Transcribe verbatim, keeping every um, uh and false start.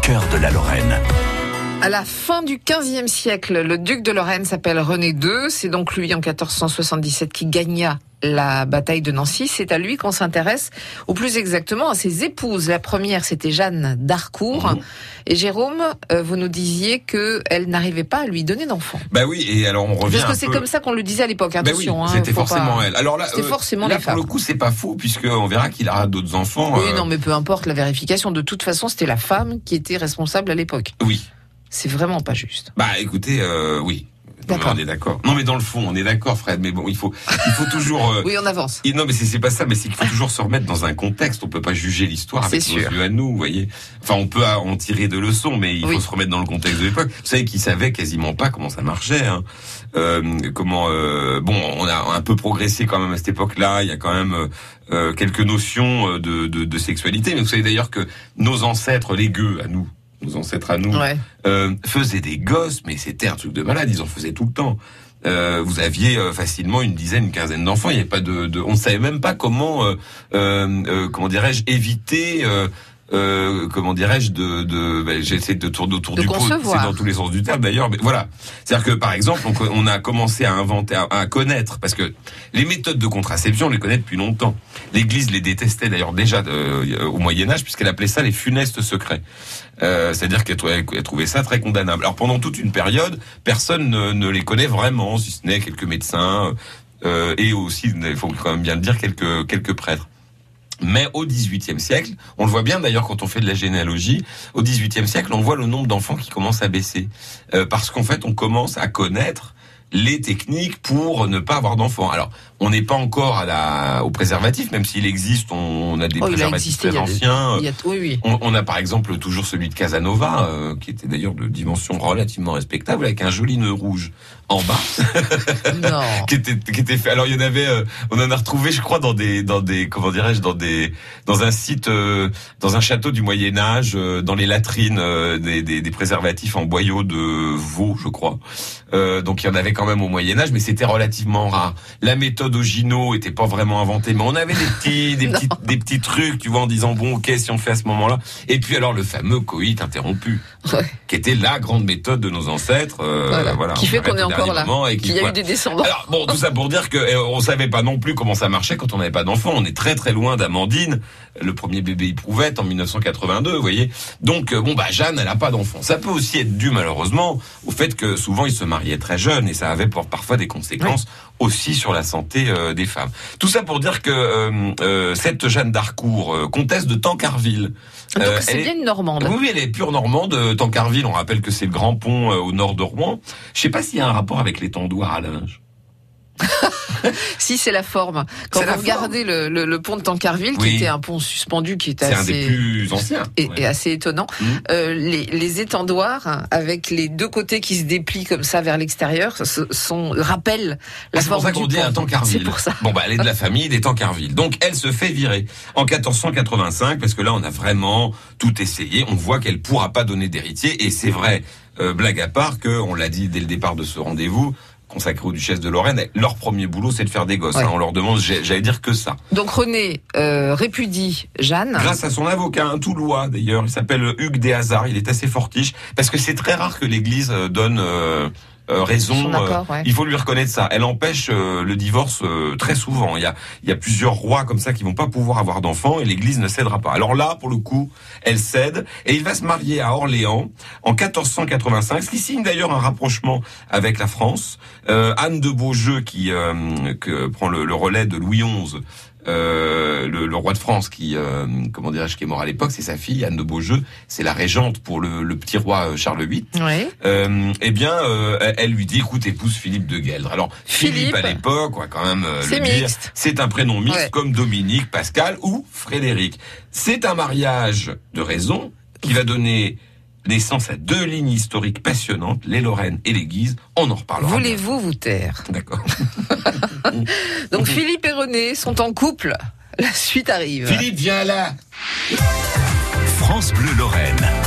cœur de la Lorraine. À la fin du quinzième siècle, le duc de Lorraine s'appelle René deux. C'est donc lui, en quatorze cent soixante-dix-sept, qui gagna la bataille de Nancy. C'est à lui qu'on s'intéresse, ou plus exactement à ses épouses. La première, c'était Jeanne d'Harcourt. Mmh. Et Jérôme, euh, vous nous disiez qu'elle n'arrivait pas à lui donner d'enfants. Bah oui, et alors on revient. Parce que c'est peu... comme ça qu'on le disait à l'époque. Attention, bah oui, c'était hein, forcément pas... elle. Alors là, c'était euh, forcément là les pour femmes. le coup, c'est pas faux, puisque on verra qu'il aura d'autres enfants. Oui, euh... non, mais peu importe la vérification. De toute façon, c'était la femme qui était responsable à l'époque. Oui. C'est vraiment pas juste. Bah écoutez, euh, oui. D'accord. On est d'accord. Non, mais dans le fond, on est d'accord, Fred. Mais bon, il faut, il faut toujours. Euh, oui, on avance. Et non, mais c'est, c'est pas ça. Mais c'est qu'il faut toujours se remettre dans un contexte. On peut pas juger l'histoire avec nos yeux à nous, vous voyez. Enfin, on peut en tirer de leçons, mais il oui. faut se remettre dans le contexte de l'époque. Vous savez qu'ils savaient quasiment pas comment ça marchait. Hein. Euh, comment euh, Bon, on a un peu progressé quand même à cette époque-là. Il y a quand même euh, quelques notions de, de, de sexualité. Mais vous savez d'ailleurs que nos ancêtres, les gueux, à nous. Nos ancêtres à nous, ouais. euh, faisaient des gosses, mais c'était un truc de malade, ils en faisaient tout le temps. Euh, vous aviez euh, facilement une dizaine, une quinzaine d'enfants, il y avait pas de, de on ne savait même pas comment, euh, euh, euh, comment dirais-je, éviter, euh, euh, comment dirais-je, de, de bah, j'essaie de tourner autour de du pot, c'est dans tous les sens du terme d'ailleurs, mais voilà. C'est-à-dire que par exemple, on, on a commencé à inventer, à, à connaître, parce que les méthodes de contraception, on les connaît depuis longtemps. L'Église les détestait d'ailleurs déjà euh, au Moyen-Âge, puisqu'elle appelait ça les funestes secrets. Euh, c'est-à-dire qu'elle trouvait, elle trouvait ça très condamnable. Alors pendant toute une période, personne ne, ne les connaît vraiment, si ce n'est quelques médecins euh, et aussi, il faut quand même bien le dire, quelques quelques prêtres. Mais au dix-huitième siècle, on le voit bien d'ailleurs quand on fait de la généalogie, au dix-huitième siècle, on voit le nombre d'enfants qui commence à baisser. Euh, parce qu'en fait, on commence à connaître les techniques pour ne pas avoir d'enfants. Alors, on n'est pas encore à la, au préservatif, même s'il existe, on, on a des oh, préservatifs très anciens. Des... A... Oui, oui. On, on a par exemple toujours celui de Casanova, euh, qui était d'ailleurs de dimension relativement respectable, avec un joli nœud rouge en bas. Non. qui était, qui était fait. Alors il y en avait, euh, on en a retrouvé, je crois, dans des, dans des, comment dirais-je, dans des, dans un site, euh, dans un château du Moyen Âge, euh, dans les latrines, euh, des, des, des préservatifs en boyaux de veau, je crois. Euh, donc il y en avait quand même au Moyen Âge, mais c'était relativement rare. La méthode Ogino était pas vraiment inventée, mais on avait des petits, des petits, des petits trucs, tu vois, en disant bon, ok, si on fait à ce moment-là. Et puis alors le fameux coït interrompu, ouais. qui était la grande méthode de nos ancêtres, euh, voilà. voilà. Qui fait qu'on est encore là, et qu'il y a voilà. eu des descendants. Alors bon, tout ça pour dire que euh, on savait pas non plus comment ça marchait quand on n'avait pas d'enfants. On est très très loin d'Amandine, le premier bébé éprouvette en mille neuf cent quatre-vingt-deux, vous voyez. Donc euh, bon bah Jeanne, elle a pas d'enfants. Ça peut aussi être dû malheureusement au fait que souvent ils se mariaient très jeunes et ça avait pour, parfois des conséquences oui. aussi sur la santé euh, des femmes. Tout ça pour dire que euh, euh, cette Jeanne d'Harcourt, euh, comtesse de Tancarville. Donc euh, c'est bien est... une Normande. Oui, oui, elle est pure Normande. Tancarville, on rappelle que c'est le grand pont euh, au nord de Rouen. Je sais pas s'il y a un rapport avec les tendoirs à linge. Si, c'est la forme. Quand c'est vous regardez le, le, le pont de Tancarville, oui. qui était un pont suspendu, qui était c'est assez, un des plus anciens et, ouais. et assez étonnant. Mmh. Euh, les, les étendoirs avec les deux côtés qui se déplient comme ça vers l'extérieur, sont rappellent la c'est forme pour ça qu'on du dit pont. un Tancarville. C'est pour ça. Bon bah, elle est de la famille des Tancarville. Donc elle se fait virer en quatorze cent quatre-vingt-cinq parce que là on a vraiment tout essayé. On voit qu'elle pourra pas donner d'héritier et c'est vrai. Euh, blague à part que on l'a dit dès le départ de ce rendez-vous. Consacrés aux duchesses de Lorraine, leur premier boulot c'est de faire des gosses. Ouais. Hein, on leur demande, j'allais dire que ça. Donc René euh, répudie Jeanne. Grâce à son avocat, un Toulois d'ailleurs, il s'appelle Hugues des Hazards, il est assez fortiche, parce que c'est très rare que l'Église donne euh, euh, raison. Accord, ouais. euh, il faut lui reconnaître ça. Elle empêche euh, le divorce euh, très souvent. Il y a, il y a plusieurs rois comme ça qui vont pas pouvoir avoir d'enfants et l'Église ne cédera pas. Alors là, pour le coup, elle cède et il va se marier à Orléans en quatorze cent quatre-vingt-cinq, ce qui signe d'ailleurs un rapprochement avec la France. Euh, Anne de Beaujeu qui euh, que prend le, le relais de Louis onze. Euh, le, le roi de France qui, euh, comment dirais-je, qui est mort à l'époque, c'est sa fille Anne de Beaujeu, c'est la régente pour le, le petit roi Charles huit. Oui. Euh, eh bien, euh, elle lui dit, écoute, épouse Philippe de Gueldre. Alors Philippe, Philippe à l'époque, on va quand même euh, c'est le dire, mixte. C'est un prénom mixte ouais. comme Dominique, Pascal ou Frédéric. C'est un mariage de raison qui va donner naissance à deux lignes historiques passionnantes, les Lorraine et les Guise. On en reparlera. Voulez-vous vous taire ? D'accord. Donc Philippe et René sont en couple. La suite arrive. Philippe, viens là. France Bleu Lorraine.